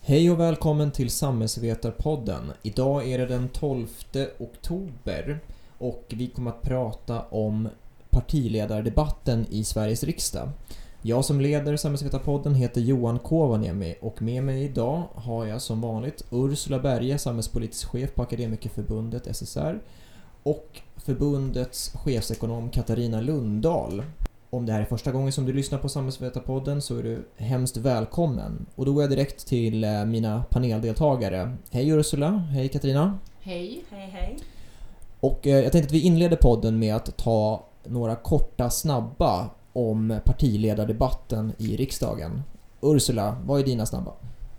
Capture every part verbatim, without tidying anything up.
Hej och välkommen till Samhällsvetarpodden. Idag är det den tolfte oktober och vi kommer att prata om partiledardebatten i Sveriges riksdag. Jag som leder Samhällsvetarpodden heter Johan Kovaniemi och med mig idag har jag som vanligt Ursula Berge, samhällspolitisk chef på Akademikerförbundet S S R, och förbundets chefsekonom Katarina Lundahl. Om det här är första gången som du lyssnar på Samhällsvetarpodden så är du hemskt välkommen. Och då går jag direkt till mina paneldeltagare. Hej Ursula, hej Katarina. Hej, hej, hej. Och jag tänkte att vi inleder podden med att ta några korta, snabba om partiledardebatten i riksdagen. Ursula, vad är dina snabba?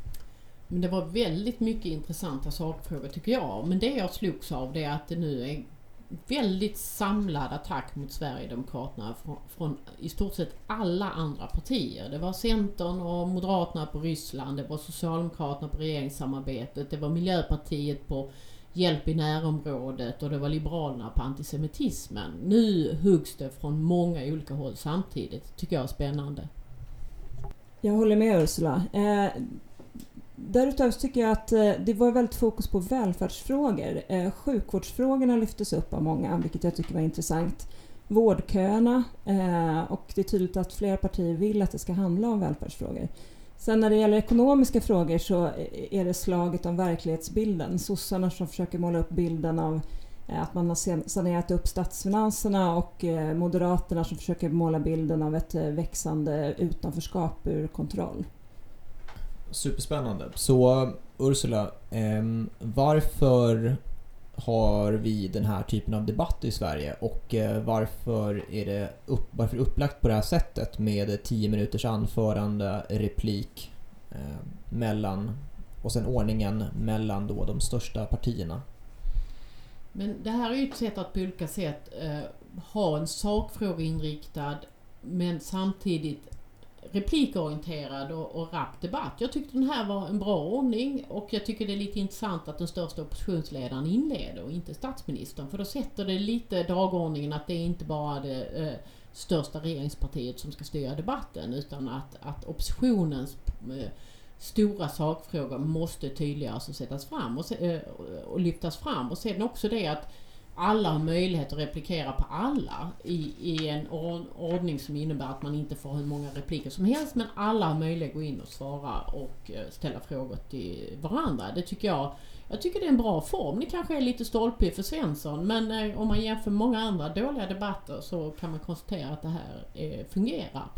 Men det var väldigt mycket intressanta sakfrågor tycker jag. Men det jag slogs av det är att det nu är väldigt samlad attack mot Sverigedemokraterna från, från i stort sett alla andra partier. Det var Centern och Moderaterna på Ryssland, det var Socialdemokraterna på regeringssamarbetet, det var Miljöpartiet på hjälp i närområdet och det var Liberalerna på antisemitismen. Nu huggs det från många olika håll samtidigt. Tycker jag är spännande. Jag håller med Ursula. Eh, Därutöver tycker jag att eh, det var väldigt fokus på välfärdsfrågor. Eh, sjukvårdsfrågorna lyftes upp av många, vilket jag tycker var intressant. Vårdköerna eh, och det är tydligt att flera partier vill att det ska handla om välfärdsfrågor. Sen när det gäller ekonomiska frågor så är det slaget om verklighetsbilden. Sossarna som försöker måla upp bilden av eh, att man har sanerat upp statsfinanserna och eh, Moderaterna som försöker måla bilden av ett eh, växande utanförskap ur kontroll. Superspännande. Så Ursula, eh, varför har vi den här typen av debatt i Sverige och eh, varför är det upp, varför upplagt på det här sättet med tio minuters anförande, replik eh, mellan och sen ordningen mellan då de största partierna? Men det här är ju ett sätt att på olika sätt eh, ha en sakfrågeinriktad men samtidigt replikorienterad och, och rapp debatt. Jag tyckte den här var en bra ordning och jag tycker det är lite intressant att den största oppositionsledaren inleder och inte statsministern, för då sätter det lite dagordningen att det är inte bara det eh, största regeringspartiet som ska styra debatten utan att, att oppositionens eh, stora sakfrågor måste tydliggöras och sättas fram och, se, eh, och lyftas fram, och sen också det att alla har möjlighet att replikera på alla i, i en ordning som innebär att man inte får hur många repliker som helst, men alla har möjlighet att gå in och svara och ställa frågor till varandra. Det tycker jag, jag tycker det är en bra form. Det kanske är lite stolpig för Svensson, men eh, om man jämför många andra dåliga debatter så kan man konstatera att det här eh, fungerar.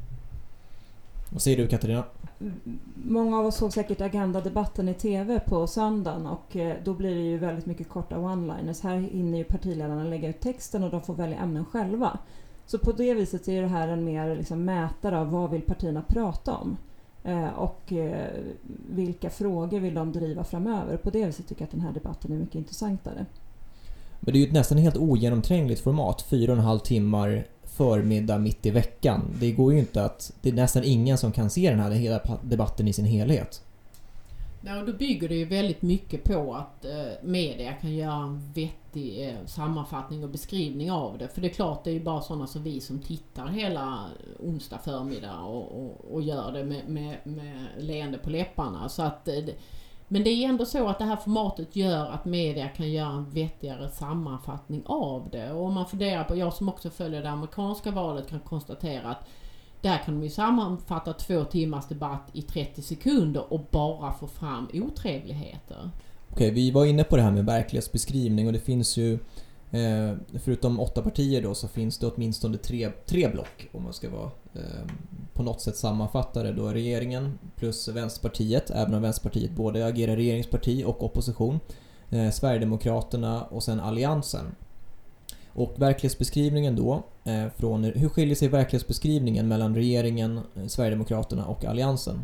Vad säger du Katarina? Många av oss såg säkert Agenda-debatten i tv på söndagen och då blir det ju väldigt mycket korta one-liners. Här hinner ju partiledarna lägga ut texten och de får välja ämnen själva. Så på det viset är det här en mer liksom mätare av vad vill partierna prata om eh, och eh, vilka frågor vill de driva framöver. På det viset tycker jag att den här debatten är mycket intressantare. Men det är ju ett nästan helt ogenomträngligt format, fyra och en halv timmar förmiddag mitt i veckan. Det går ju inte att, det är nästan ingen som kan se den här hela debatten i sin helhet. Ja, och då bygger det ju väldigt mycket på att eh, media kan göra en vettig eh, sammanfattning och beskrivning av det. För det är klart, det är ju bara sådana som vi som tittar hela onsdag förmiddag och, och, och gör det med, med, med leende på läpparna. Så att, eh, men det är ändå så att det här formatet gör att media kan göra en vettigare sammanfattning av det. Och om man funderar på, jag som också följer det amerikanska valet kan konstatera att där kan de ju sammanfatta två timmars debatt i trettio sekunder och bara få fram otrevligheter. Okej, vi var inne på det här med verklighetsbeskrivning och det finns ju, eh, förutom åtta partier då, så finns det åtminstone tre, tre block om man ska vara eh, på något sätt sammanfattare då. Regeringen plus Vänsterpartiet, även om Vänsterpartiet både agerar regeringsparti och opposition, eh, Sverigedemokraterna och sen Alliansen. Och verklighetsbeskrivningen då, eh, från, hur skiljer sig verklighetsbeskrivningen mellan regeringen, Sverigedemokraterna och Alliansen?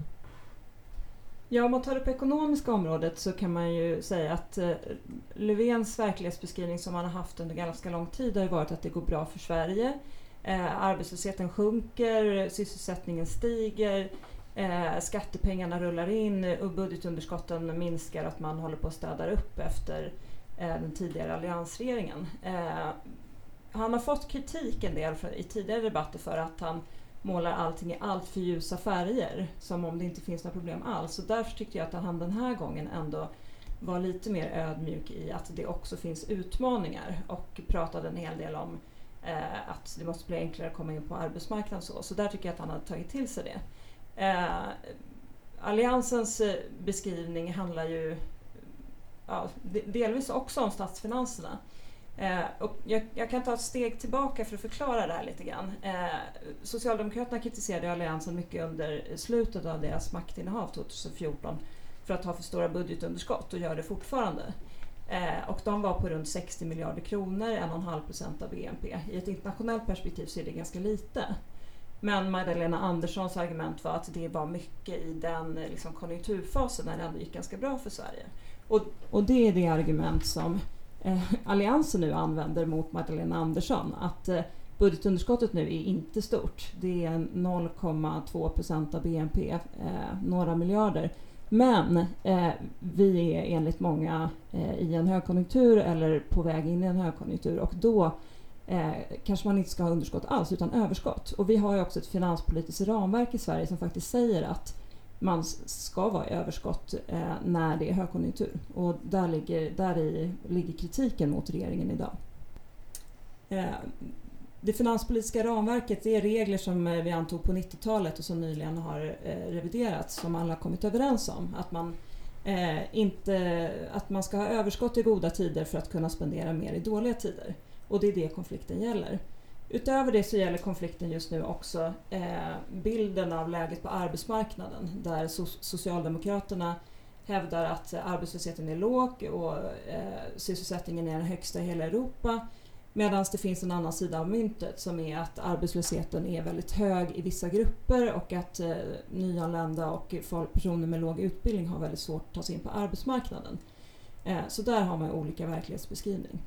Ja, om man tar upp ekonomiska området så kan man ju säga att eh, Löfvens verklighetsbeskrivning som man har haft under ganska lång tid har ju varit att det går bra för Sverige. Eh, arbetslösheten sjunker, sysselsättningen stiger, eh, skattepengarna rullar in och budgetunderskotten minskar, att man håller på att städa upp efter eh, den tidigare alliansregeringen. Eh, han har fått kritik en del för, i tidigare debatter för att han målar allting i allt för ljusa färger, som om det inte finns några problem alls. Och därför tyckte jag att han den här gången ändå var lite mer ödmjuk i att det också finns utmaningar, och pratade en hel del om eh, att det måste bli enklare att komma in på arbetsmarknaden. Så, så där tycker jag att han hade tagit till sig det. Eh, Alliansens beskrivning handlar ju ja, delvis också om statsfinanserna. Eh, och jag, jag kan ta ett steg tillbaka för att förklara det här lite grann. Eh, Socialdemokraterna kritiserade Alliansen mycket under slutet av deras maktinnehav tjugohundrafjorton för att ha för stora budgetunderskott, och gör det fortfarande. Eh, och de var på runt sextio miljarder kronor, en komma fem procent av B N P. I ett internationellt perspektiv så är det ganska lite. Men Magdalena Anderssons argument var att det var mycket i den liksom, konjunkturfasen när det ändå gick ganska bra för Sverige. Och, och det är det argument som eh, Alliansen nu använder mot Magdalena Andersson. Att eh, budgetunderskottet nu är inte stort. Det är noll komma två procent av B N P, eh, några miljarder. Men eh, vi är enligt många eh, i en högkonjunktur eller på väg in i en högkonjunktur, och då eh, kanske man inte ska ha underskott alls utan överskott. Och vi har ju också ett finanspolitiskt ramverk i Sverige som faktiskt säger att man ska vara i överskott eh, när det är högkonjunktur. Och där ligger, där i, ligger kritiken mot regeringen idag. Eh, Det finanspolitiska ramverket, det är regler som vi antog på nittiotalet och som nyligen har eh, reviderats, som alla har kommit överens om. Att man, eh, inte, att man ska ha överskott i goda tider för att kunna spendera mer i dåliga tider. Och det är det konflikten gäller. Utöver det så gäller konflikten just nu också eh, bilden av läget på arbetsmarknaden, där so- Socialdemokraterna hävdar att arbetslösheten är låg och eh, sysselsättningen är den högsta i hela Europa. Medan det finns en annan sida av myntet som är att arbetslösheten är väldigt hög i vissa grupper, och att eh, nyanlända och folk, personer med låg utbildning har väldigt svårt att ta sig in på arbetsmarknaden. Eh, så där har man olika verklighetsbeskrivning.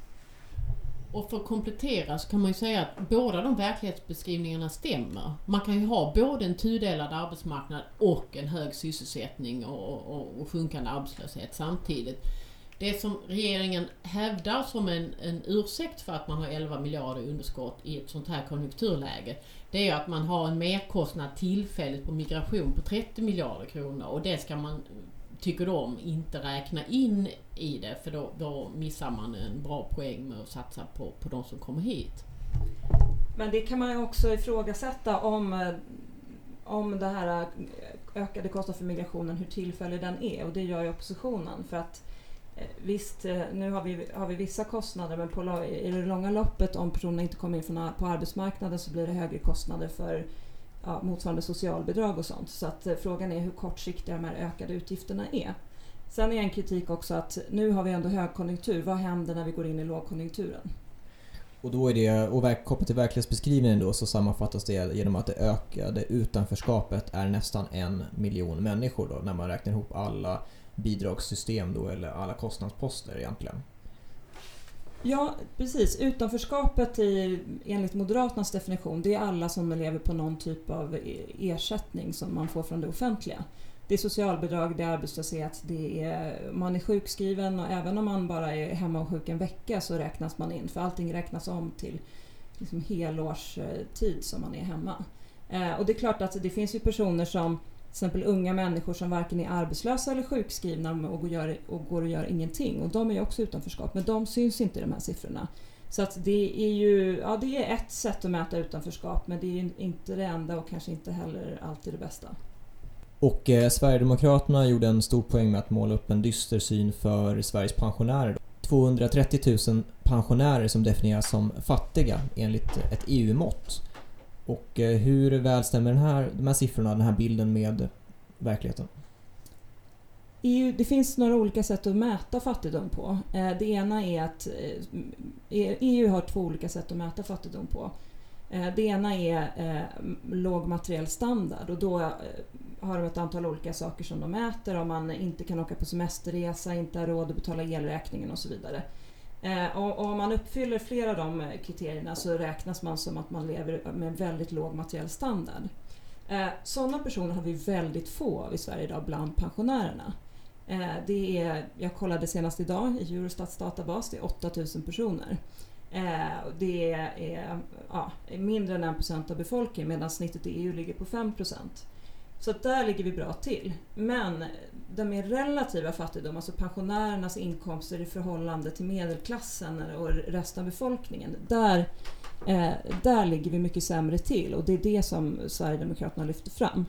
Och för att komplettera så kan man ju säga att båda de verklighetsbeskrivningarna stämmer. Man kan ju ha både en tudelad arbetsmarknad och en hög sysselsättning och, och, och sjunkande arbetslöshet samtidigt. Det som regeringen hävdar som en, en ursäkt för att man har elva miljarder underskott i ett sånt här konjunkturläge, det är att man har en merkostnad tillfälligt på migration på trettio miljarder kronor, och det ska man, tycker de, inte räkna in i det, för då, då missar man en bra poäng med att satsa på, på de som kommer hit. Men det kan man ju också ifrågasätta om, om det här ökade kostnader för migrationen, hur tillfällig den är, och det gör ju oppositionen. För att visst, nu har vi, har vi vissa kostnader, men på, i det långa loppet, om personerna inte kommer in från, på arbetsmarknaden, så blir det högre kostnader för ja, motsvarande socialbidrag och sånt. Så att frågan är hur kortsiktiga de här ökade utgifterna är. Sen är en kritik också att nu har vi ändå högkonjunktur. Vad händer när vi går in i lågkonjunkturen? Och då är det, och kopplat till verklighetsbeskrivningen då, så sammanfattas det genom att det ökade utanförskapet är nästan en miljon människor då, när man räknar ihop alla bidragssystem då, eller alla kostnadsposter egentligen. Ja, precis. Utanförskapet i, enligt Moderaternas definition, det är alla som lever på någon typ av ersättning som man får från det offentliga. Det är socialbidrag, det är arbetslöshet, det är, man är sjukskriven, och även om man bara är hemma och sjuk en vecka så räknas man in, för allting räknas om till liksom helårstid som man är hemma. Eh, och det är klart att det finns ju personer som, till exempel unga människor som varken är arbetslösa eller sjukskrivna och går, gör, och går och gör ingenting. Och de är ju också utanförskap, men de syns inte i de här siffrorna. Så att det är ju, ja, det är ett sätt att mäta utanförskap, men det är ju inte det enda och kanske inte heller alltid det bästa. Och eh, Sverigedemokraterna gjorde en stor poäng med att måla upp en dyster syn för Sveriges pensionärer. tvåhundratrettio tusen pensionärer som definieras som fattiga enligt ett E U-mått. Och eh, hur väl stämmer den här, de här siffrorna, den här bilden med verkligheten? E U, det finns några olika sätt att mäta fattigdom på. Eh, det ena är att eh, E U har två olika sätt att mäta fattigdom på. Eh, det ena är eh, låg materiell standard, och då eh, har de ett antal olika saker som de mäter. Om man inte kan åka på semesterresa, inte har råd att betala elräkningen och så vidare. Eh, och, och om man uppfyller flera av de kriterierna så räknas man som att man lever med en väldigt låg materiell standard. Eh, sådana personer har vi väldigt få av i Sverige idag bland pensionärerna. Eh, det är, jag kollade senast idag i Eurostats databas, det är åtta tusen personer. Eh, och det är ja, mindre än en procent av befolkningen medan snittet i E U ligger på fem procent. Så att där ligger vi bra till. Men den mer relativa fattigdom, alltså pensionärernas inkomster i förhållande till medelklassen och resten av befolkningen, där, eh, där ligger vi mycket sämre till. Och det är det som Sverigedemokraterna lyfter fram.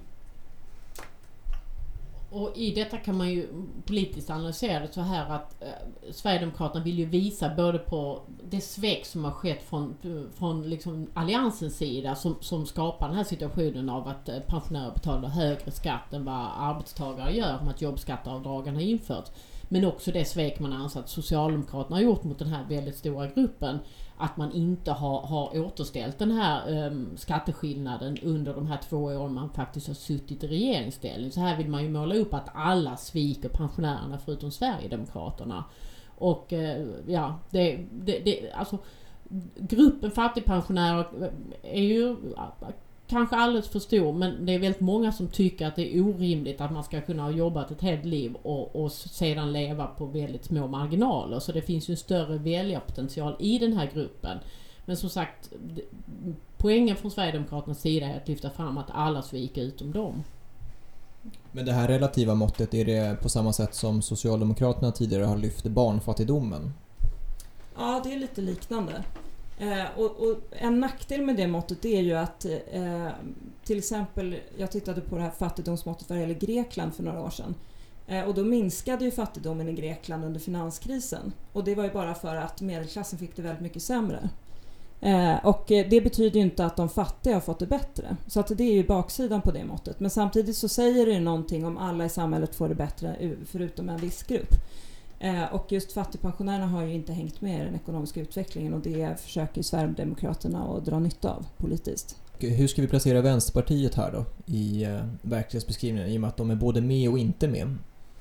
Och i detta kan man ju politiskt analysera det så här att eh, Sverigedemokraterna vill ju visa både på det svek som har skett från, från liksom alliansens sida som, som skapar den här situationen av att eh, pensionärer betalar högre skatt än vad arbetstagare gör med att jobbskatteavdragen har införts. Men också det svek man anser att Socialdemokraterna har gjort mot den här väldigt stora gruppen. Att man inte har, har återställt den här um, skatteskillnaden under de här två åren man faktiskt har suttit i regeringsställning. Så här vill man ju måla upp att alla sviker pensionärerna förutom Sverigedemokraterna. Och uh, ja, det, det, det, alltså gruppen fattigpensionärer är ju kanske alldeles för stor, men det är väldigt många som tycker att det är orimligt att man ska kunna ha jobbat ett helt liv och, och sedan leva på väldigt små marginaler. Så det finns ju en större väljarpotential i den här gruppen. Men som sagt, poängen från Sverigedemokraternas sida är att lyfta fram att alla sviker utom dem. Men det här relativa måttet, är det på samma sätt som Socialdemokraterna tidigare har lyft barnfattigdomen? Ja, det är lite liknande. Eh, och, och en nackdel med det måttet är ju att eh, till exempel, jag tittade på det här fattigdomsmåttet vad gäller Grekland för några år sedan. Eh, och då minskade ju fattigdomen i Grekland under finanskrisen. Och det var ju bara för att medelklassen fick det väldigt mycket sämre. Eh, och det betyder ju inte att de fattiga har fått det bättre. Så att det är ju baksidan på det måttet. Men samtidigt så säger det någonting om alla i samhället får det bättre förutom en viss grupp. Och just fattigpensionärerna har ju inte hängt med i den ekonomiska utvecklingen och det försöker Sverigedemokraterna att dra nytta av politiskt. Hur ska vi placera Vänsterpartiet här då i eh, verklighetsbeskrivningen i och med att de är både med och inte med?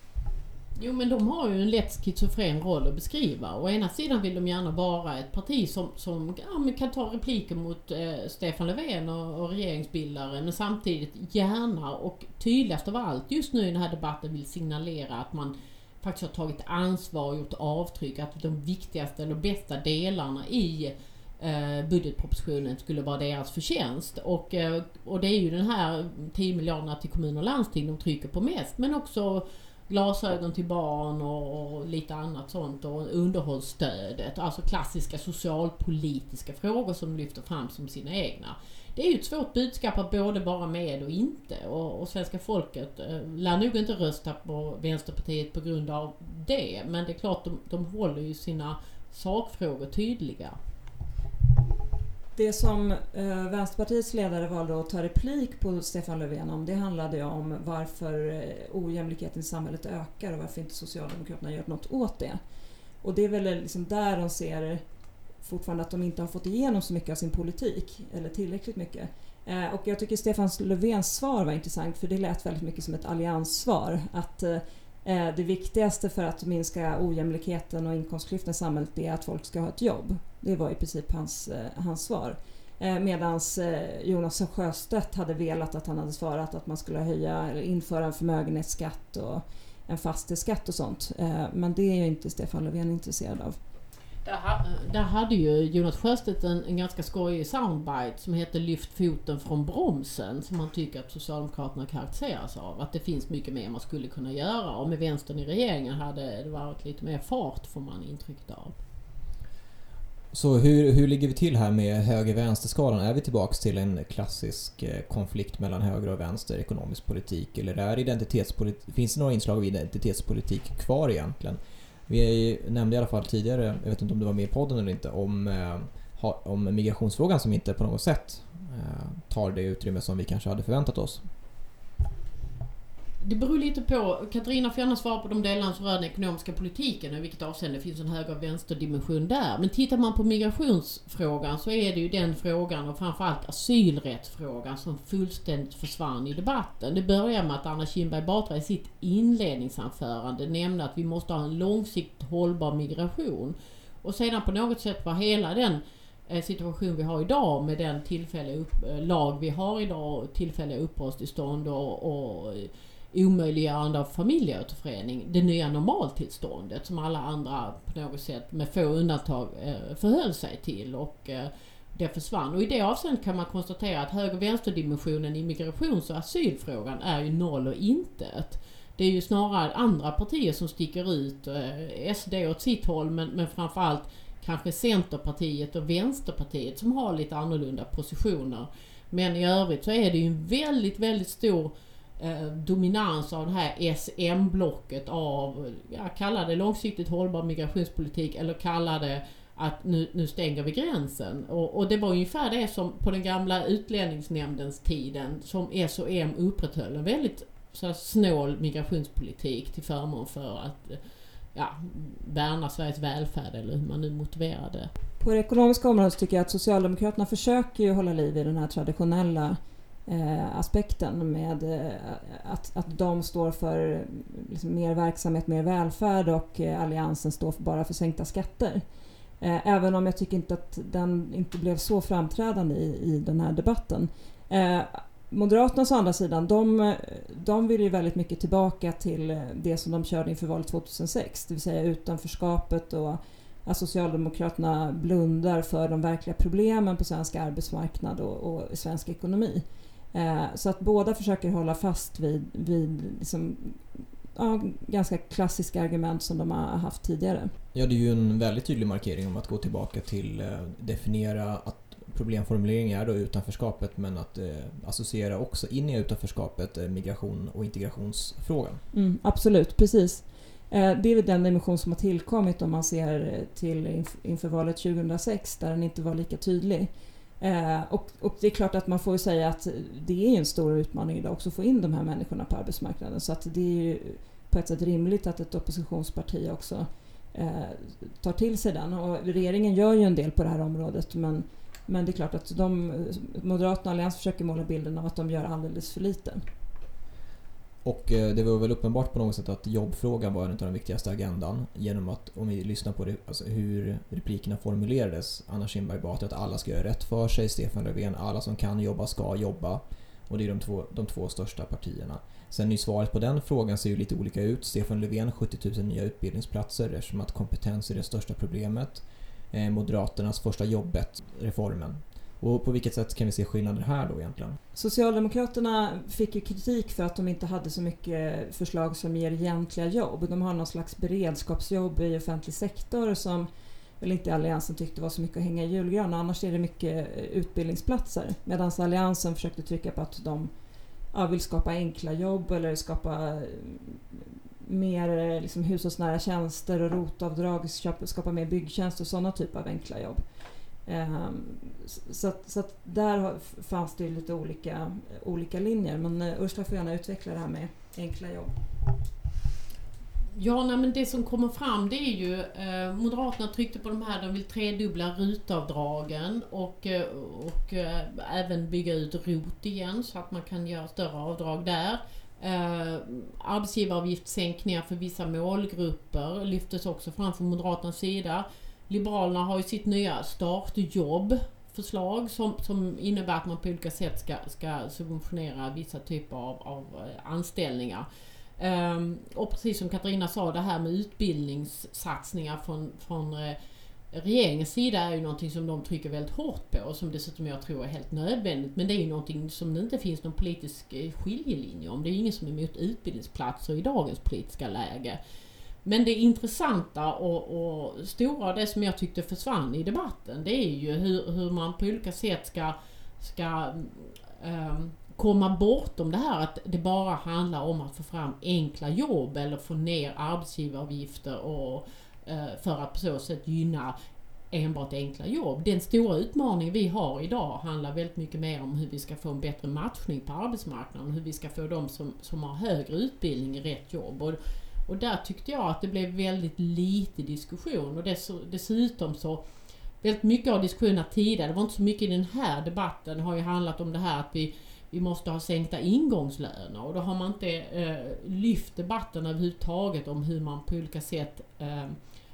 Jo, men de har ju en lätt schizofren roll att beskriva. Å ena sidan vill de gärna vara ett parti som, som ja, kan ta repliker mot eh, Stefan Löfven och, och regeringsbildare, men samtidigt gärna och tydligast av allt just nu i den här debatten vill signalera att man faktiskt har tagit ansvar och gjort avtryck, att de viktigaste eller bästa delarna i eh, budgetpropositionen skulle vara deras förtjänst. Och, eh, och det är ju den här tio miljarderna till kommuner och landsting de trycker på mest, men också glasögon till barn och, och lite annat sånt och underhållsstödet, alltså klassiska socialpolitiska frågor som de lyfter fram som sina egna. Det är ju ett svårt budskap att både vara med och inte. Och, och svenska folket eh, lär nog inte rösta på Vänsterpartiet på grund av det. Men det är klart, de, de håller ju sina sakfrågor tydliga. Det som eh, Vänsterpartiets ledare valde att ta replik på Stefan Löfven om, det handlade om varför eh, ojämlikheten i samhället ökar och varför inte Socialdemokraterna gör något åt det. Och det är väl liksom där de ser fortfarande att de inte har fått igenom så mycket av sin politik, eller tillräckligt mycket. Eh, och jag tycker Stefan Löfvens svar var intressant, för det lät väldigt mycket som ett allianssvar. Att eh, det viktigaste för att minska ojämlikheten och inkomstklyftan i samhället är att folk ska ha ett jobb. Det var i princip hans, eh, hans svar. Eh, Medan eh, Jonas Sjöstedt hade velat att han hade svarat att man skulle höja eller införa en förmögenhetsskatt och en fastighetsskatt och sånt. Eh, men det är ju inte Stefan Löfven intresserad av. Där, där hade ju Jonas Sjöstedt en, en ganska skojig soundbite som heter Lyft foten från bromsen, som man tycker att Socialdemokraterna karaktäriseras av. Att det finns mycket mer man skulle kunna göra, och med vänstern i regeringen hade det varit lite mer fart, får man intrycket av. Så hur, hur ligger vi till här med höger-vänsterskalan? Är vi tillbaka till en klassisk konflikt mellan höger och vänster ekonomisk politik, eller är identitetspolitik, finns det några inslag av identitetspolitik kvar egentligen? Vi nämnde i alla fall tidigare, jag vet inte om du var med i podden eller inte, om, eh, om migrationsfrågan som inte på något sätt eh, tar det utrymme som vi kanske hade förväntat oss. Det beror lite på. Katarina får gärna svara på de delarna som rör den ekonomiska politiken och i vilket avseende det finns en höger- och vänsterdimension där. Men tittar man på migrationsfrågan så är det ju den frågan, och framförallt asylrättsfrågan, som fullständigt försvann i debatten. Det börjar med att Anna Kinberg Batra i sitt inledningsanförande nämnde att vi måste ha en långsiktigt hållbar migration. Och sedan på något sätt var hela den situation vi har idag med den tillfälliga upp, lag vi har idag, tillfälliga uppehållstillstånd och, och omöjliggörande av familjeåterförening, det nya normaltillståndet som alla andra på något sätt med få undantag eh, förhöll sig till, och eh, det försvann. Och i det avseendet kan man konstatera att höger- och vänsterdimensionen i migrations- och asylfrågan är ju noll och intet. Det är ju snarare andra partier som sticker ut, eh, S D åt sitt håll, men, men framförallt kanske Centerpartiet och Vänsterpartiet som har lite annorlunda positioner. Men i övrigt så är det ju en väldigt, väldigt stor eh, dominans av det här S M-blocket av, jag kallar det långsiktigt hållbar migrationspolitik, eller kallar det att nu, nu stänger vi gränsen. Och, och det var ungefär det som på den gamla utlänningsnämndens tiden som S och M upprätthöll en väldigt så snål migrationspolitik till förmån för att ja, värna Sveriges välfärd, eller hur man nu motiverar det. På det ekonomiska området tycker jag att Socialdemokraterna försöker ju hålla liv i den här traditionella eh, aspekten med eh, att, att de står för liksom, mer verksamhet, mer välfärd, och eh, alliansen står för, bara för sänkta skatter. Eh, även om jag tycker inte att den inte blev så framträdande i, i den här debatten. Eh, Moderaterna å andra sidan, de, de vill ju väldigt mycket tillbaka till det som de körde inför valet tjugohundrasex, det vill säga utanförskapet, och att Socialdemokraterna blundar för de verkliga problemen på svensk arbetsmarknad och, och svensk ekonomi. Eh, så att båda försöker hålla fast vid, vid liksom, ja, ganska klassiska argument som de har haft tidigare. Ja, det är ju en väldigt tydlig markering om att gå tillbaka till eh, definiera att problemformulering är då utanförskapet, men att eh, associera också in i utanförskapet eh, migration och integrationsfrågan. Mm, absolut, precis. Eh, det är väl den dimension som har tillkommit om man ser till inf- inför valet tjugohundrasex, där den inte var lika tydlig. Eh, och, och det är klart att man får säga att det är en stor utmaning idag också att få in de här människorna på arbetsmarknaden. Så att det är ju på ett sätt rimligt att ett oppositionsparti också eh, tar till sig den. Och regeringen gör ju en del på det här området, men Men det är klart att de, Moderaterna och Allians försöker måla bilden av att de gör alldeles för lite. Och eh, det var väl uppenbart på något sätt att jobbfrågan var en av de viktigaste agendan, genom att, om vi lyssnar på det, alltså hur replikerna formulerades, Anna Kinberg bad att alla ska göra rätt för sig, Stefan Löfven, alla som kan jobba ska jobba, och det är de två, de två största partierna. Sen i svaret på den frågan ser ju lite olika ut. Stefan Löfven sjuttio tusen nya utbildningsplatser, eftersom att kompetens är det största problemet. Moderaternas första jobbet-reformen. Och på vilket sätt kan vi se skillnader här då egentligen? Socialdemokraterna fick ju kritik för att de inte hade så mycket förslag som ger egentliga jobb. De har någon slags beredskapsjobb i offentlig sektor som väl inte Alliansen tyckte var så mycket att hänga i julgran. Annars är det mycket utbildningsplatser. Medan Alliansen försökte trycka på att de ja, vill skapa enkla jobb eller skapa mer liksom, hushållsnära tjänster och rotavdrag, skapa mer byggtjänster och sådana typer av enkla jobb. Um, så att, så att där fanns det lite olika, olika linjer, men uh, Ursula får gärna utveckla det här med enkla jobb. Ja, nej, men det som kommer fram det är ju eh, Moderaterna tryckte på de här, de vill tredubbla rutavdragen och, eh, och eh, även bygga ut rot igen så att man kan göra större avdrag där. Eh, arbetsgivaravgiftssänkningar för vissa målgrupper lyftes också fram från Moderaternas sida. Liberalerna har ju sitt nya startjobbförslag som, som innebär att man på olika sätt ska, ska subventionera vissa typer av, av anställningar. Um, och precis som Katarina sa, det här med utbildningssatsningar från, från eh, regeringens sida är ju någonting som de trycker väldigt hårt på och som dessutom jag tror är helt nödvändigt, men det är ju någonting som det inte finns någon politisk skiljelinje om. Det är ingen som är emot utbildningsplatser i dagens politiska läge. Men det intressanta och, och stora, det som jag tyckte försvann i debatten, det är ju hur, hur man på olika sätt ska, ska um, komma bortom det här att det bara handlar om att få fram enkla jobb eller få ner arbetsgivaravgifter och, uh, för att på så sätt gynna enbart enkla jobb. Den stora utmaning vi har idag handlar väldigt mycket mer om hur vi ska få en bättre matchning på arbetsmarknaden, hur vi ska få de som, som har högre utbildning i rätt jobb. Och, och där tyckte jag att det blev väldigt lite diskussion, och dess, dessutom så väldigt mycket av diskussionerna tidigare, det var inte så mycket i den här debatten, har ju handlat om det här att vi Vi måste ha sänkta ingångslöner, och då har man inte eh, lyft debatten överhuvudtaget om hur man på olika sätt eh,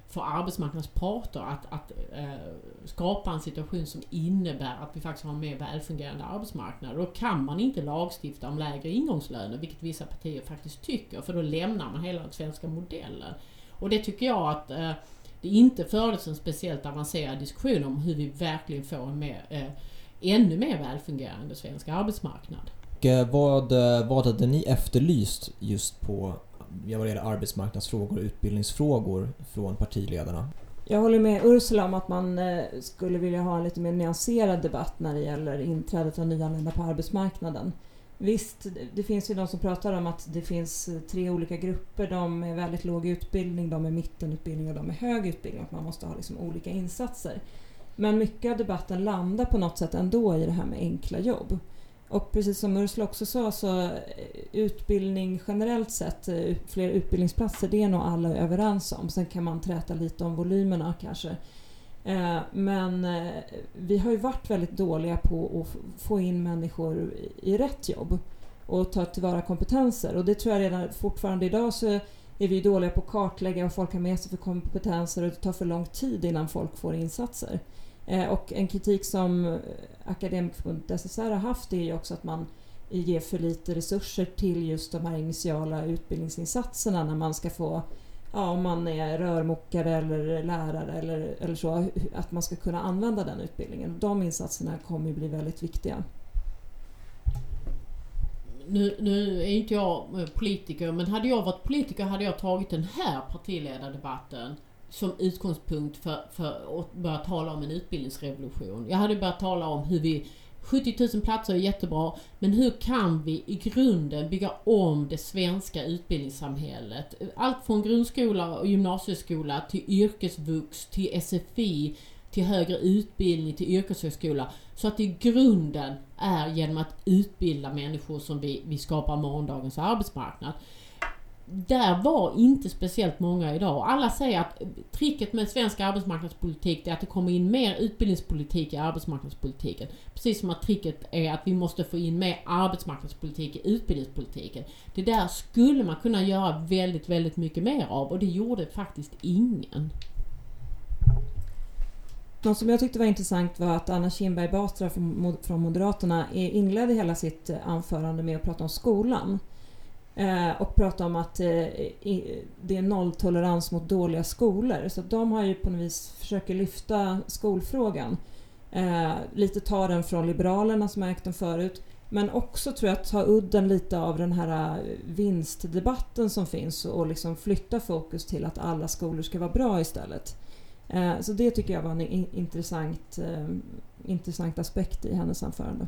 för arbetsmarknadens parter att, att äh, skapa en situation som innebär att vi faktiskt har en mer välfungerande arbetsmarknad. Då kan man inte lagstifta om lägre ingångslöner, vilket vissa partier faktiskt tycker, för då lämnar man hela den svenska modellen. Och det tycker jag att äh, det inte fördes en speciellt avancerad diskussion om hur vi verkligen får en mer, äh, ännu mer välfungerande svensk arbetsmarknad. Och vad, vad hade ni efterlyst just på vad det gäller arbetsmarknadsfrågor och utbildningsfrågor från partiledarna? Jag håller med Ursula om att man skulle vilja ha en lite mer nyanserad debatt när det gäller inträdet av nyanlända på arbetsmarknaden. Visst, det finns ju de som pratar om att det finns tre olika grupper. De med väldigt låg utbildning, de med mittenutbildning och de med hög utbildning. Att man måste ha liksom olika insatser. Men mycket av debatten landar på något sätt ändå i det här med enkla jobb. Och precis som Ursula också sa, så utbildning generellt sett, fler utbildningsplatser, det är nog alla överens om. Sen kan man träta lite om volymerna kanske. Men vi har ju varit väldigt dåliga på att få in människor i rätt jobb och ta tillvara kompetenser. Och det tror jag redan fortfarande idag så är vi dåliga på att kartlägga vad folk har med sig för kompetenser, och det tar för lång tid innan folk får insatser. Och en kritik som Akademikerförbundet S S R har haft är ju också att man ger för lite resurser till just de här initiala utbildningsinsatserna när man ska få, ja, om man är rörmokare eller lärare eller, eller så, att man ska kunna använda den utbildningen. De insatserna kommer ju bli väldigt viktiga. Nu, nu är inte jag politiker, men hade jag varit politiker hade jag tagit den här partiledardebatten som utgångspunkt för, för att börja tala om en utbildningsrevolution. Jag hade börjat tala om hur vi, sjuttio tusen platser är jättebra, men hur kan vi i grunden bygga om det svenska utbildningssamhället? Allt från grundskola och gymnasieskola till yrkesvux, till S F I, till högre utbildning, till yrkeshögskola. Så att det i grunden är genom att utbilda människor som vi, vi skapar morgondagens arbetsmarknad. Där var inte speciellt många idag. Alla säger att tricket med svensk arbetsmarknadspolitik är att det kommer in mer utbildningspolitik i arbetsmarknadspolitiken. Precis som att tricket är att vi måste få in mer arbetsmarknadspolitik i utbildningspolitiken. Det där skulle man kunna göra väldigt, väldigt mycket mer av, och det gjorde faktiskt ingen. Något som jag tyckte var intressant var att Anna Kinberg Batra från Moderaterna inledde hela sitt anförande med att prata om skolan. Och prata om att det är nolltolerans mot dåliga skolor. Så de har ju på något vis försöker lyfta skolfrågan. Lite ta den från Liberalerna som har ägt den förut. Men också tror jag att ta udden lite av den här vinstdebatten som finns och liksom flytta fokus till att alla skolor ska vara bra istället. Så det tycker jag var en intressant, intressant aspekt i hennes anförande.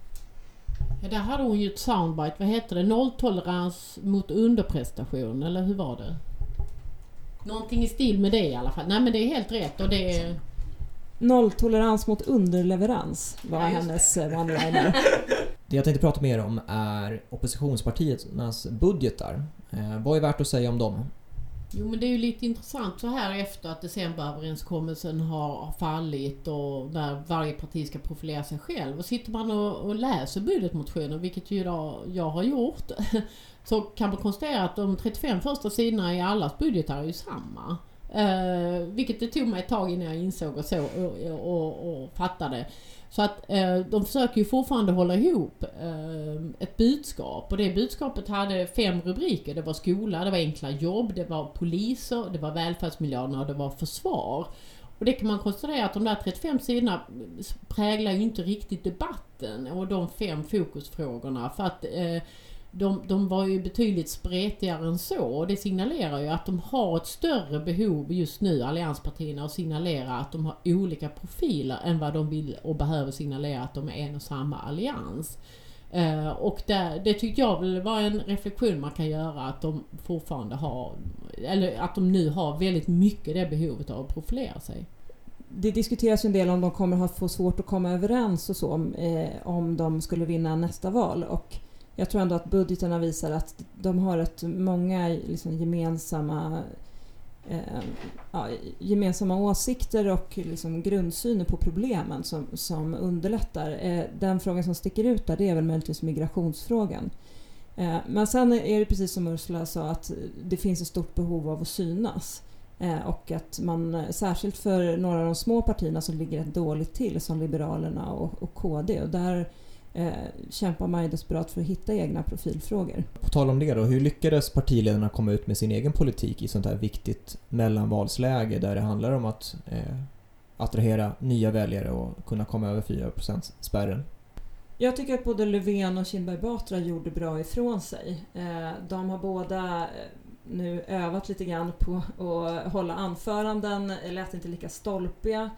Ja, där hade hon ju ett soundbite. Vad heter det? Nolltolerans mot underprestation, eller hur var det? Någonting i stil med det i alla fall. Nej, men det är helt rätt. Och det är... Nolltolerans mot underleverans var ja, hennes one-liner. Det jag tänkte prata mer om är oppositionspartiernas budgetar. Eh, vad är värt att säga om dem? Jo, men det är ju lite intressant så här efter att decemberöverenskommelsen har fallit och där varje parti ska profilera sig själv. Och sitter man och, och läser budgetmotioner, vilket ju då jag har gjort, så kan man konstatera att de trettiofem första sidorna i allas budgetar är ju samma. Eh, vilket det tog mig ett tag innan jag insåg och så och, och, och fattade. Så att eh, de försöker ju fortfarande hålla ihop eh, ett budskap, och det budskapet hade fem rubriker. Det var skola, det var enkla jobb, det var poliser, det var välfärdsmiljarderna och det var försvar. Och det kan man konstatera att de där trettiofem sidorna präglar ju inte riktigt debatten och de fem fokusfrågorna, för att eh, De, de var ju betydligt spretigare än så, och det signalerar ju att de har ett större behov just nu, allianspartierna, att signalera att de har olika profiler än vad de vill och behöver signalera att de är en och samma allians. Eh, och där, det tyckte jag väl var en reflektion man kan göra, att de fortfarande har, eller att de nu har väldigt mycket det behovet av att profilera sig. Det diskuteras en del om de kommer att få svårt att komma överens och så, eh, om de skulle vinna nästa val, och jag tror ändå att budgeterna visar att de har ett många liksom gemensamma, eh, ja, gemensamma åsikter och liksom grundsyner på problemen som, som underlättar. Eh, den frågan som sticker ut där, det är väl möjligtvis migrationsfrågan. Eh, men sen är det precis som Ursula sa, att det finns ett stort behov av att synas. Eh, och att man, särskilt för några av de små partierna som ligger rätt dåligt till, som Liberalerna och, och K D, och där eh, kämpar man ju desperat för att hitta egna profilfrågor. På tal om det då, hur lyckades partiledarna komma ut med sin egen politik i sånt här viktigt mellanvalsläge där det handlar om att eh, attrahera nya väljare och kunna komma över fyra procent spärren? Jag tycker att både Löfven och Kinberg Batra gjorde bra ifrån sig. Eh, de har båda nu övat lite grann på att hålla anföranden, lät inte lika stolpiga,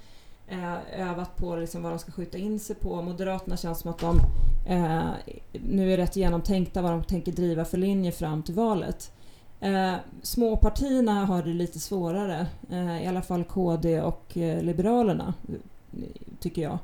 eh, övat på liksom vad de ska skjuta in sig på. Moderaterna känns som att de eh, nu är rätt genomtänkta vad de tänker driva för linje fram till valet. Eh, småpartierna har det lite svårare, eh, i alla fall K D och eh, Liberalerna, tycker jag.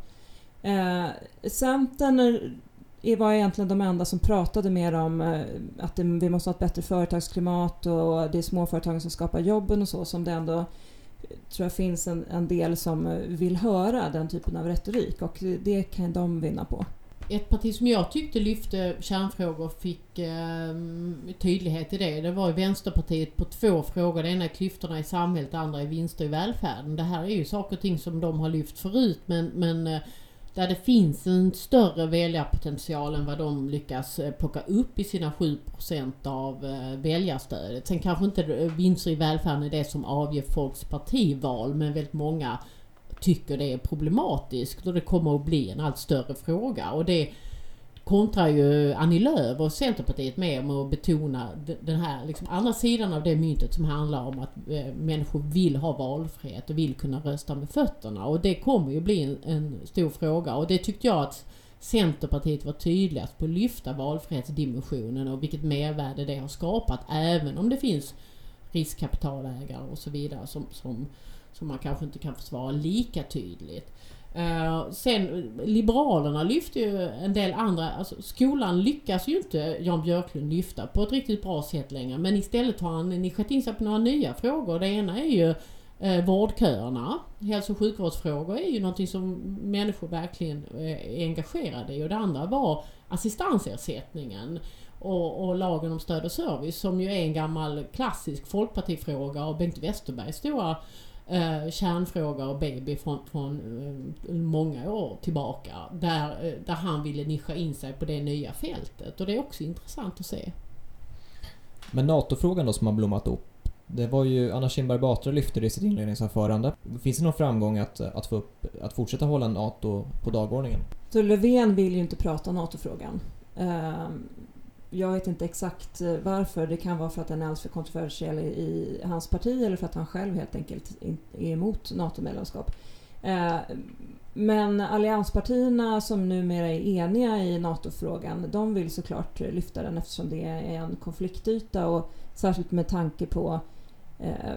Eh, Centern var egentligen de enda som pratade mer om eh, att det, vi måste ha ett bättre företagsklimat och det är småföretagen som skapar jobben och så, som det ändå tror jag finns en, en del som vill höra den typen av retorik, och det kan de vinna på. Ett parti som jag tyckte lyfte kärnfrågor och fick eh, tydlighet i det, det var ju Vänsterpartiet på två frågor. Det ena är klyftorna i samhället, det andra är vinster i välfärden. Det här är ju saker och ting som de har lyft förut, men, men eh, där det finns en större väljarpotential än vad de lyckas plocka upp i sina sju procent av eh, väljarstödet. Sen kanske inte vinster i välfärden är det som avger folks partival, men väldigt många tycker det är problematiskt och det kommer att bli en allt större fråga, och det kontrar ju Annie Lööf och Centerpartiet med om att betona den här liksom andra sidan av det myntet som handlar om att eh, människor vill ha valfrihet och vill kunna rösta med fötterna, och det kommer ju bli en, en stor fråga, och det tyckte jag att Centerpartiet var tydligast på att lyfta valfrihetsdimensionen och vilket mervärde det har skapat, även om det finns riskkapitalägare och så vidare som, som som man kanske inte kan försvara lika tydligt. Uh, sen Liberalerna lyfter ju en del andra, alltså skolan lyckas ju inte Jan Björklund lyfta på ett riktigt bra sätt längre, men istället har han nischat in sig på några nya frågor. Det ena är ju uh, vårdköerna. Hälso- och sjukvårdsfrågor är ju någonting som människor verkligen uh, är engagerade i, och det andra var assistansersättningen och, och lagen om stöd och service, som ju är en gammal klassisk folkpartifråga och Bengt Westerbergs stora Uh, kärnfråga och baby från, från uh, många år tillbaka, där, uh, där han ville nischa in sig på det nya fältet, och det är också intressant att se. Men NATO-frågan då som har blommat upp, det var ju Anna Kinberg Batra lyfte det i sitt inledningsanförande. Finns det någon framgång att, att, få upp, att fortsätta hålla NATO på dagordningen? Så Löfven vill ju inte prata NATO-frågan. Uh, Jag vet inte exakt varför. Det kan vara för att den är alldeles för kontroversiell i, i hans parti, eller för att han själv helt enkelt är emot NATO-medlemskap. Eh, men allianspartierna som numera är eniga i NATO-frågan, de vill såklart lyfta den eftersom det är en konfliktyta, och särskilt med tanke på eh,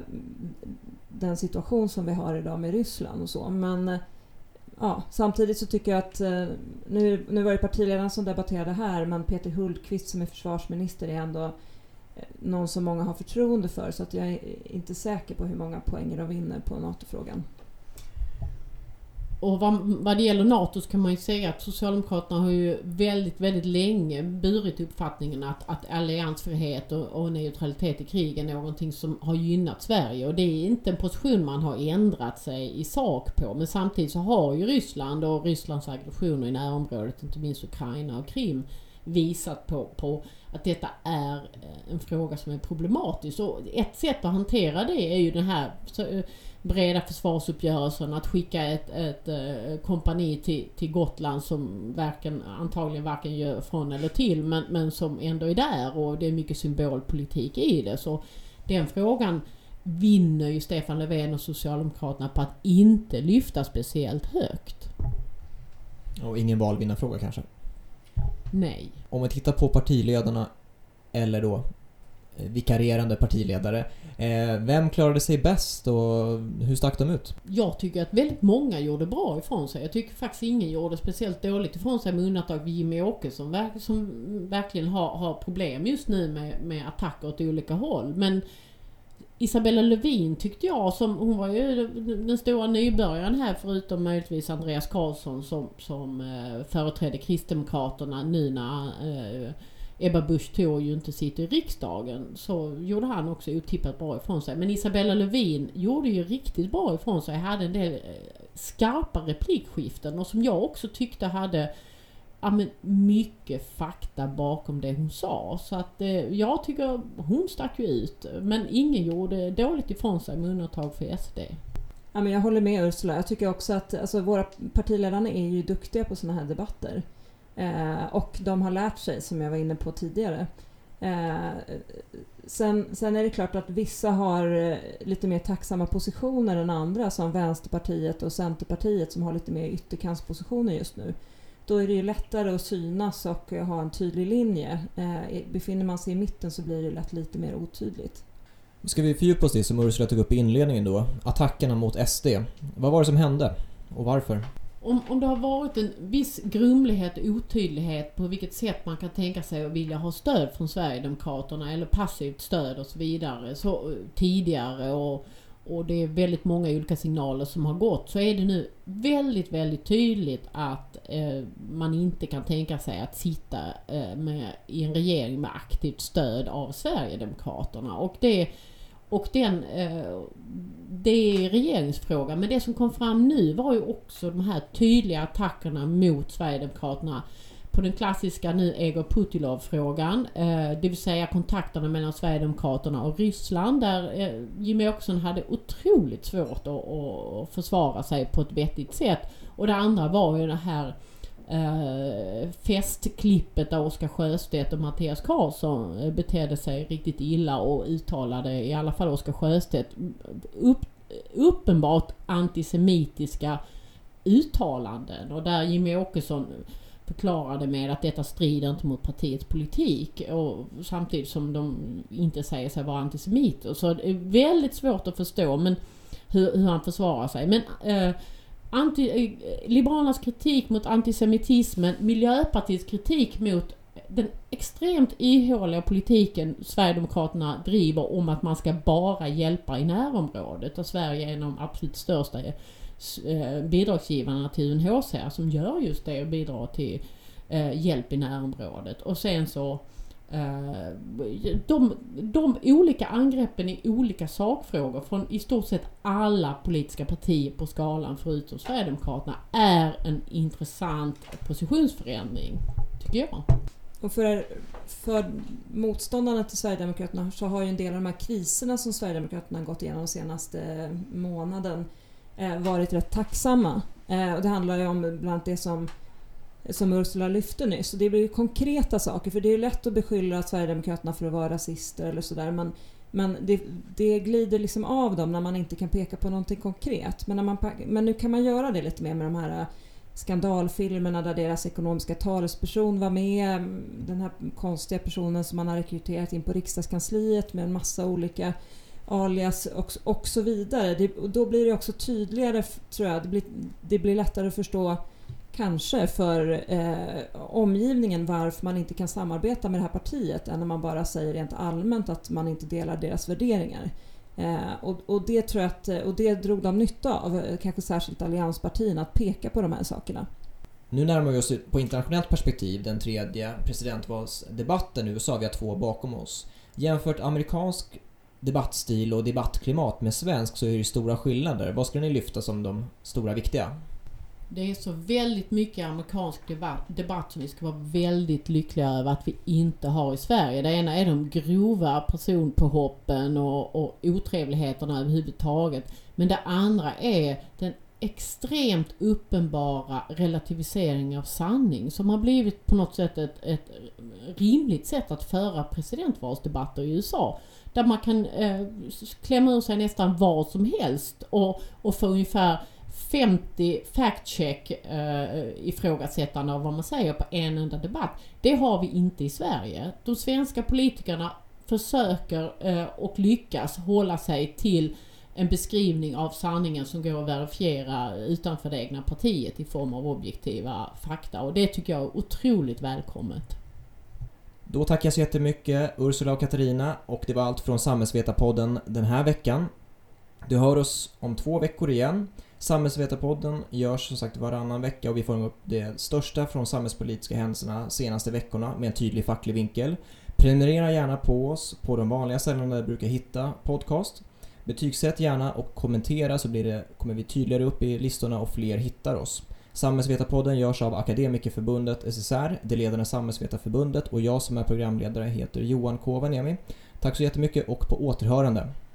den situation som vi har idag med Ryssland och så. Men ja, samtidigt så tycker jag att eh, nu, nu var det partiledaren som debatterade här, men Peter Hultqvist som är försvarsminister är ändå eh, någon som många har förtroende för, så att jag är inte säker på hur många poäng de vinner på NATO-frågan. Och vad, vad det gäller NATO så kan man ju säga att Socialdemokraterna har ju väldigt, väldigt länge burit uppfattningen att, att alliansfrihet och, och neutralitet i krig är någonting som har gynnat Sverige, och det är inte en position man har ändrat sig i sak på, men samtidigt så har ju Ryssland och Rysslands aggressioner i närområdet, inte minst Ukraina och Krim, visat på, på att detta är en fråga som är problematisk, och ett sätt att hantera det är ju den här så, breda försvarsuppgörelsen, att skicka ett, ett, ett kompani till, till Gotland som varken, antagligen varken gör från eller till, men, men som ändå är där, och det är mycket symbolpolitik i det. Så den frågan vinner ju Stefan Löfven och Socialdemokraterna på att inte lyfta speciellt högt. Och ingen valvinnarfråga kanske? Nej. Om vi tittar på partiledarna, eller då vikarierande partiledare, eh, vem klarade sig bäst och hur stack de ut? Jag tycker att väldigt många gjorde bra ifrån sig. Jag tycker faktiskt ingen gjorde speciellt dåligt ifrån sig, med undantag av Jimmie Åkesson som verkligen har, har problem just nu med, med attacker åt olika håll. Men Isabella Lövin tyckte jag, som hon var ju den stora nybörjaren här, förutom möjligtvis Andreas Karlsson som, som eh, företrädde Kristdemokraterna nu när eh, Ebba Busch Thor ju inte sitter i riksdagen, så gjorde han också otippat bra ifrån sig. Men Isabella Lövin gjorde ju riktigt bra ifrån sig. Hade en del skarpa replikskiften och som jag också tyckte hade ja, men mycket fakta bakom det hon sa. Så att eh, jag tycker hon stack ju ut. Men ingen gjorde dåligt ifrån sig med undantag för S D. Ja, men jag håller med Ursula. Jag tycker också att alltså, våra partiledarna är ju duktiga på såna här debatter. Eh, och de har lärt sig, som jag var inne på tidigare. Eh, sen, sen är det klart att vissa har lite mer tacksamma positioner än andra, som Vänsterpartiet och Centerpartiet som har lite mer ytterkantspositioner just nu. Då är det ju lättare att synas och ha en tydlig linje. Eh, befinner man sig i mitten så blir det lätt lite mer otydligt. Ska vi fördjupa oss det som Ursula tog upp i inledningen då? Attackerna mot S D. Vad var det som hände? Och varför? Om, om det har varit en viss grumlighet och otydlighet på vilket sätt man kan tänka sig att vilja ha stöd från Sverigedemokraterna eller passivt stöd och så vidare så, tidigare och, och det är väldigt många olika signaler som har gått, så är det nu väldigt, väldigt tydligt att eh, man inte kan tänka sig att sitta eh, med, i en regering med aktivt stöd av Sverigedemokraterna. Och det Och den, eh, det är regeringsfrågan. Men det som kom fram nu var ju också de här tydliga attackerna mot Sverigedemokraterna på den klassiska nu Egor Putilov-frågan. Eh, det vill säga kontakterna mellan Sverigedemokraterna och Ryssland. Där eh, Jimmie Åkesson hade otroligt svårt att, att försvara sig på ett vettigt sätt. Och det andra var ju det här Uh, festklippet där Oskar Sjöstedt och Mattias Karlsson uh, betedde sig riktigt illa och uttalade, i alla fall Oskar Sjöstedt, upp, uppenbart antisemitiska uttalanden, och där Jimmie Åkesson förklarade med att detta strider inte mot partiets politik, och samtidigt som de inte säger sig vara antisemiter. Så det är väldigt svårt att förstå men hur, hur han försvarar sig. Men uh, Anti, Liberalernas kritik mot antisemitismen, Miljöpartiets kritik mot den extremt ihåliga politiken Sverigedemokraterna driver om att man ska bara hjälpa i närområdet, och Sverige är en av de absolut största bidragsgivarna till U N H C R som gör just det och bidrar till eh, hjälp i närområdet. Och sen så De, de olika angreppen i olika sakfrågor från i stort sett alla politiska partier på skalan förutom Sverigedemokraterna är en intressant positionsförändring, tycker jag. Och för, för motståndarna till Sverigedemokraterna så har ju en del av de här kriserna som Sverigedemokraterna gått igenom den senaste månaden eh, varit rätt tacksamma. Eh, och det handlar ju om bland annat det som som Ursula lyfte nyss. Så det blir ju konkreta saker, för det är lätt att beskylla Sverigedemokraterna för att vara rasister eller sådär, men, men det, det glider liksom av dem när man inte kan peka på någonting konkret. Men, när man, men nu kan man göra det lite mer med de här skandalfilmerna där deras ekonomiska talesperson var med, den här konstiga personen som man har rekryterat in på riksdagskansliet med en massa olika alias och, och så vidare. Det, och då blir det också tydligare, tror jag, det blir, det blir lättare att förstå kanske för eh, omgivningen varför man inte kan samarbeta med det här partiet än när man bara säger rent allmänt att man inte delar deras värderingar. Eh, och, och det tror jag att, och det drog de nytta av, kanske särskilt allianspartierna, att peka på de här sakerna. Nu närmar vi oss på internationellt perspektiv den tredje presidentvalsdebatten i U S A. Vi har två bakom oss. Jämfört amerikansk debattstil och debattklimat med svensk så är det stora skillnader. Vad ska ni lyfta som de stora viktiga? Det är så väldigt mycket amerikansk debatt, debatt som vi ska vara väldigt lyckliga över att vi inte har i Sverige. Det ena är de grova personpåhoppen och, och otrevligheterna överhuvudtaget. Men det andra är den extremt uppenbara relativisering av sanning som har blivit på något sätt ett, ett rimligt sätt att föra presidentvalsdebatter i U S A. Där man kan eh, klämma ur sig nästan vad som helst och, och få ungefär femtio fact-check eh, ifrågasättande av vad man säger på en enda debatt. Det har vi inte i Sverige. De svenska politikerna försöker eh, och lyckas hålla sig till en beskrivning av sanningen som går att verifiera utanför det egna partiet i form av objektiva fakta. Och det tycker jag är otroligt välkommet. Då tackar jag så jättemycket Ursula och Katarina, och det var allt från Samhällsvetarpodden den här veckan. Du hör oss om två veckor igen. Samhällsvetarpodden görs som sagt varannan vecka och vi får upp det största från samhällspolitiska händelserna senaste veckorna med en tydlig facklig vinkel. Prenumerera gärna på oss på de vanliga ställena där du brukar hitta podcast. Betygsätt gärna och kommentera så blir det, kommer vi tydligare upp i listorna och fler hittar oss. Samhällsvetarpodden görs av Akademikerförbundet S S R, det ledande Samhällsvetarförbundet, och jag som är programledare heter Johan Kovanemi. Tack så jättemycket och på återhörande.